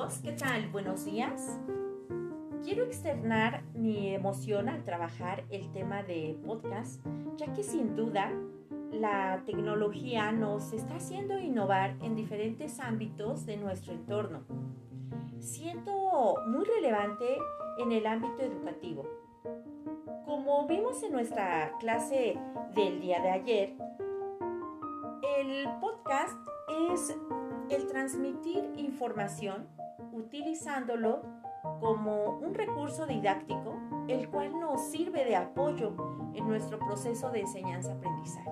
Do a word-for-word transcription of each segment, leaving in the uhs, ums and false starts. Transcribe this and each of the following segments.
amigos, ¿qué tal? Buenos días. Quiero externar mi emoción al trabajar el tema de podcast, ya que sin duda la tecnología nos está haciendo innovar en diferentes ámbitos de nuestro entorno, siendo muy relevante en el ámbito educativo. Como vimos en nuestra clase del día de ayer, el podcast es el transmitir información utilizándolo como un recurso didáctico, el cual nos sirve de apoyo en nuestro proceso de enseñanza-aprendizaje.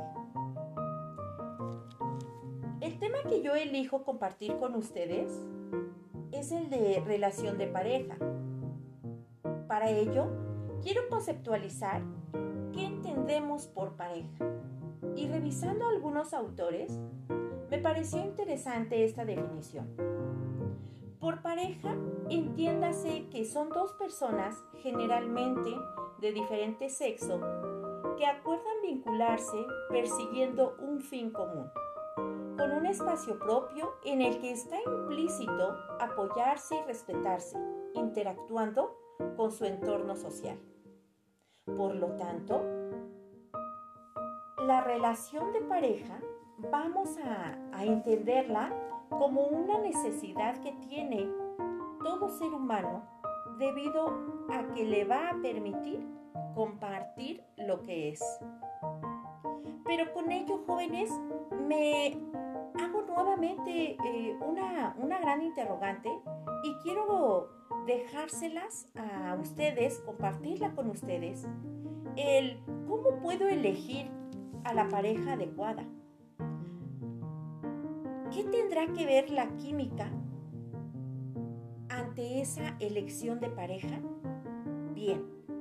El tema que yo elijo compartir con ustedes es el de relación de pareja. Para ello, quiero conceptualizar qué entendemos por pareja. Y revisando algunos autores, me pareció interesante esta definición. Por pareja, entiéndase que son dos personas, generalmente de diferente sexo, que acuerdan vincularse persiguiendo un fin común, con un espacio propio en el que está implícito apoyarse y respetarse, interactuando con su entorno social. Por lo tanto, la relación de pareja vamos a, a entenderla como una necesidad que tiene todo ser humano debido a que le va a permitir compartir lo que es. Pero con ello, jóvenes, me hago nuevamente eh, una, una gran interrogante y quiero dejárselas a ustedes, compartirla con ustedes, el cómo puedo elegir a la pareja adecuada. ¿Qué tendrá que ver la química ante esa elección de pareja? Bien,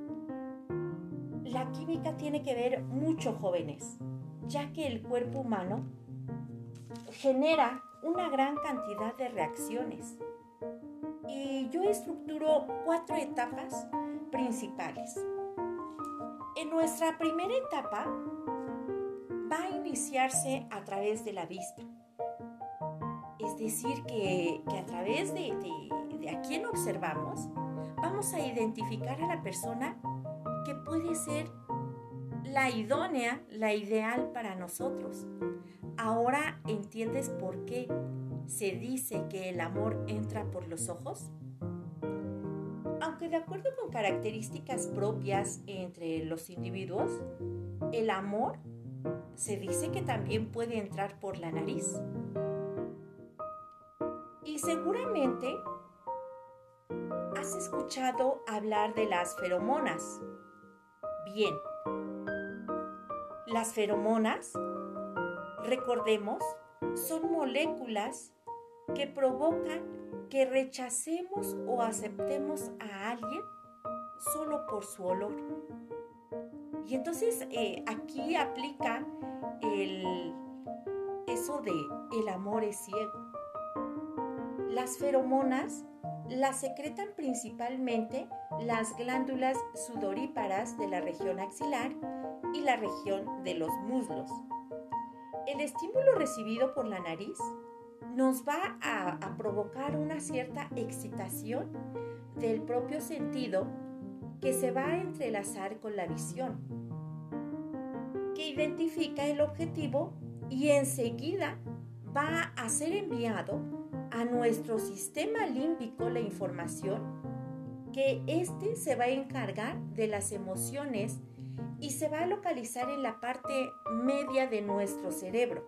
la química tiene que ver mucho, jóvenes, ya que el cuerpo humano genera una gran cantidad de reacciones. Y yo estructuro cuatro etapas principales. En nuestra primera etapa va a iniciarse a través de la vista. Es decir, que, que a través de, de, de a quién observamos, vamos a identificar a la persona que puede ser la idónea, la ideal para nosotros. ¿Ahora entiendes por qué se dice que el amor entra por los ojos? Aunque de acuerdo con características propias entre los individuos, el amor se dice que también puede entrar por la nariz. Y seguramente has escuchado hablar de las feromonas. Bien, las feromonas, recordemos, son moléculas que provocan que rechacemos o aceptemos a alguien solo por su olor. Y entonces eh, aquí aplica el, eso de el amor es ciego. Las feromonas las secretan principalmente las glándulas sudoríparas de la región axilar y la región de los muslos. El estímulo recibido por la nariz nos va a, a provocar una cierta excitación del propio sentido que se va a entrelazar con la visión, que identifica el objetivo y enseguida va a ser enviado a nuestro sistema límbico la información que éste se va a encargar de las emociones y se va a localizar en la parte media de nuestro cerebro.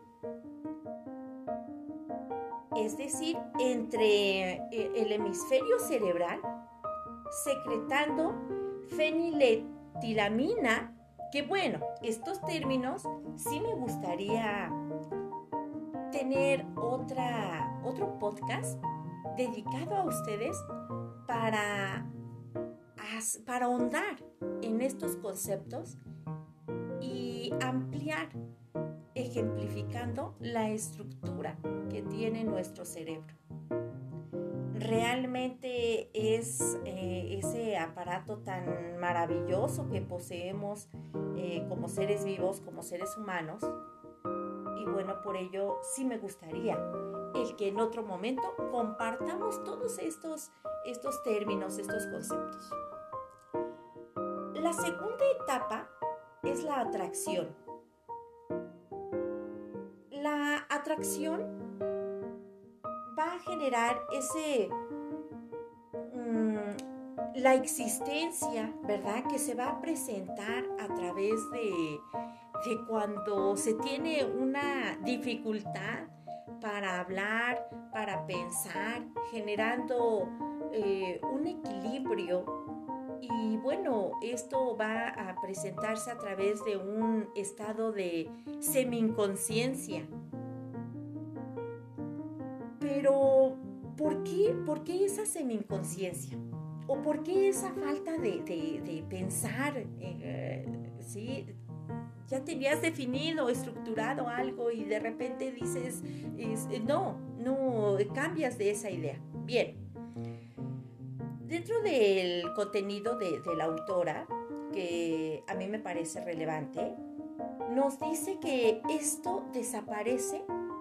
Es decir, entre el hemisferio cerebral, secretando feniletilamina, que bueno, estos términos sí me gustaría tener otra, otro podcast dedicado a ustedes para, para ahondar en estos conceptos y ampliar, ejemplificando la estructura que tiene nuestro cerebro. Realmente es eh, ese aparato tan maravilloso que poseemos eh, como seres vivos, como seres humanos. Y bueno, por ello sí me gustaría el que en otro momento compartamos todos estos, estos términos, estos conceptos. La segunda etapa es la atracción. La atracción va a generar ese, mmm, la existencia, ¿verdad? Que se va a presentar a través de, de cuando se tiene una dificultad para hablar, para pensar, generando eh, un equilibrio. Y bueno, esto va a presentarse a través de un estado de semi-inconsciencia. Pero, ¿por qué, ¿por qué esa semi-inconsciencia? ¿O por qué esa falta de, de, de pensar? Eh, ¿sí? Ya tenías definido, estructurado algo y de repente dices, es, no, no, cambias de esa idea. Bien. Dentro del contenido de, de la autora, que a mí me parece relevante, nos dice que esto desaparece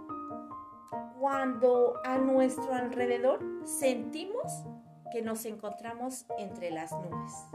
cuando a nuestro alrededor sentimos que nos encontramos entre las nubes.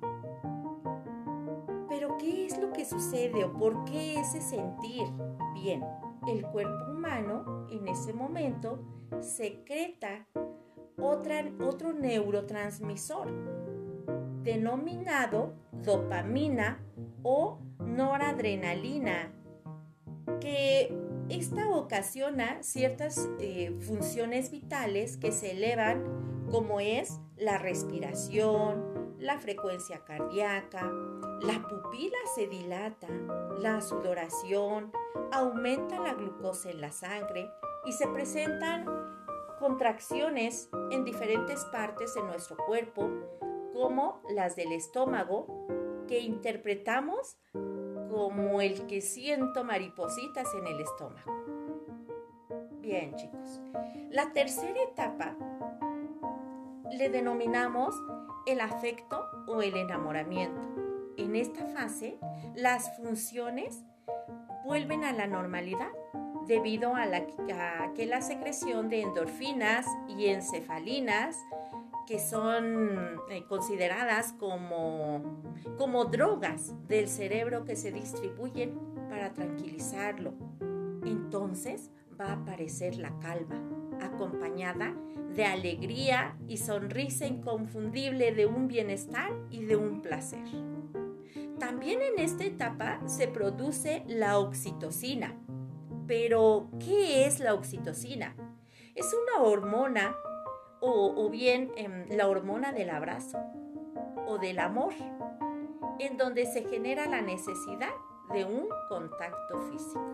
Pero ¿qué es lo que sucede o por qué ese sentir? Bien, el cuerpo humano en ese momento secreta Otra, otro neurotransmisor denominado dopamina o noradrenalina, que esta ocasiona ciertas eh, funciones vitales que se elevan, como es la respiración, la frecuencia cardíaca, la pupila se dilata, la sudoración, aumenta la glucosa en la sangre y se presentan contracciones en diferentes partes de nuestro cuerpo, como las del estómago, que interpretamos como el que siento maripositas en el estómago. Bien, chicos. La tercera etapa le denominamos el afecto o el enamoramiento. En esta fase, las funciones vuelven a la normalidad debido a, la, a que la secreción de endorfinas y encefalinas, que son eh, consideradas como, como drogas del cerebro que se distribuyen para tranquilizarlo. Entonces va a aparecer la calma, acompañada de alegría y sonrisa inconfundible de un bienestar y de un placer. También en esta etapa se produce la oxitocina. Pero, ¿qué es la oxitocina? Es una hormona o, o bien eh, la hormona del abrazo o del amor, en donde se genera la necesidad de un contacto físico.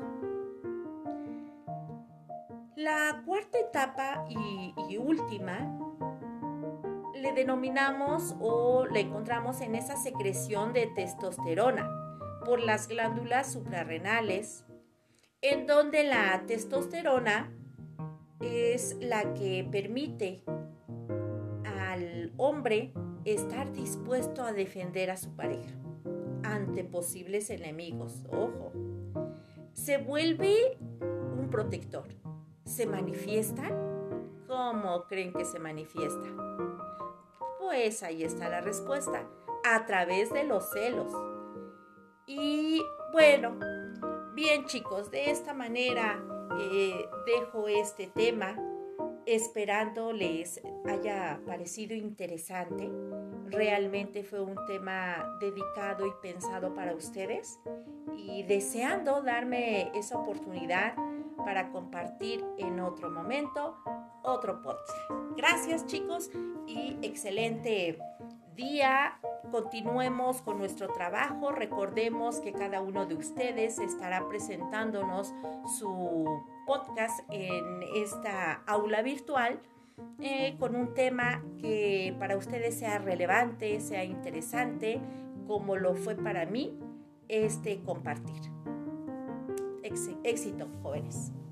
La cuarta etapa y, y última le denominamos o la encontramos en esa secreción de testosterona por las glándulas suprarrenales, en donde la testosterona es la que permite al hombre estar dispuesto a defender a su pareja ante posibles enemigos. Ojo, se vuelve un protector. ¿Se manifiestan? ¿Cómo creen que se manifiesta? Pues ahí está la respuesta, a través de los celos. Y bueno, bien, chicos, de esta manera eh, dejo este tema, esperando les haya parecido interesante. Realmente fue un tema dedicado y pensado para ustedes y deseando darme esa oportunidad para compartir en otro momento otro podcast. Gracias, chicos, y excelente día. Continuemos con nuestro trabajo. Recordemos que cada uno de ustedes estará presentándonos su podcast en esta aula virtual eh, con un tema que para ustedes sea relevante, sea interesante, como lo fue para mí este compartir. Éxito, jóvenes.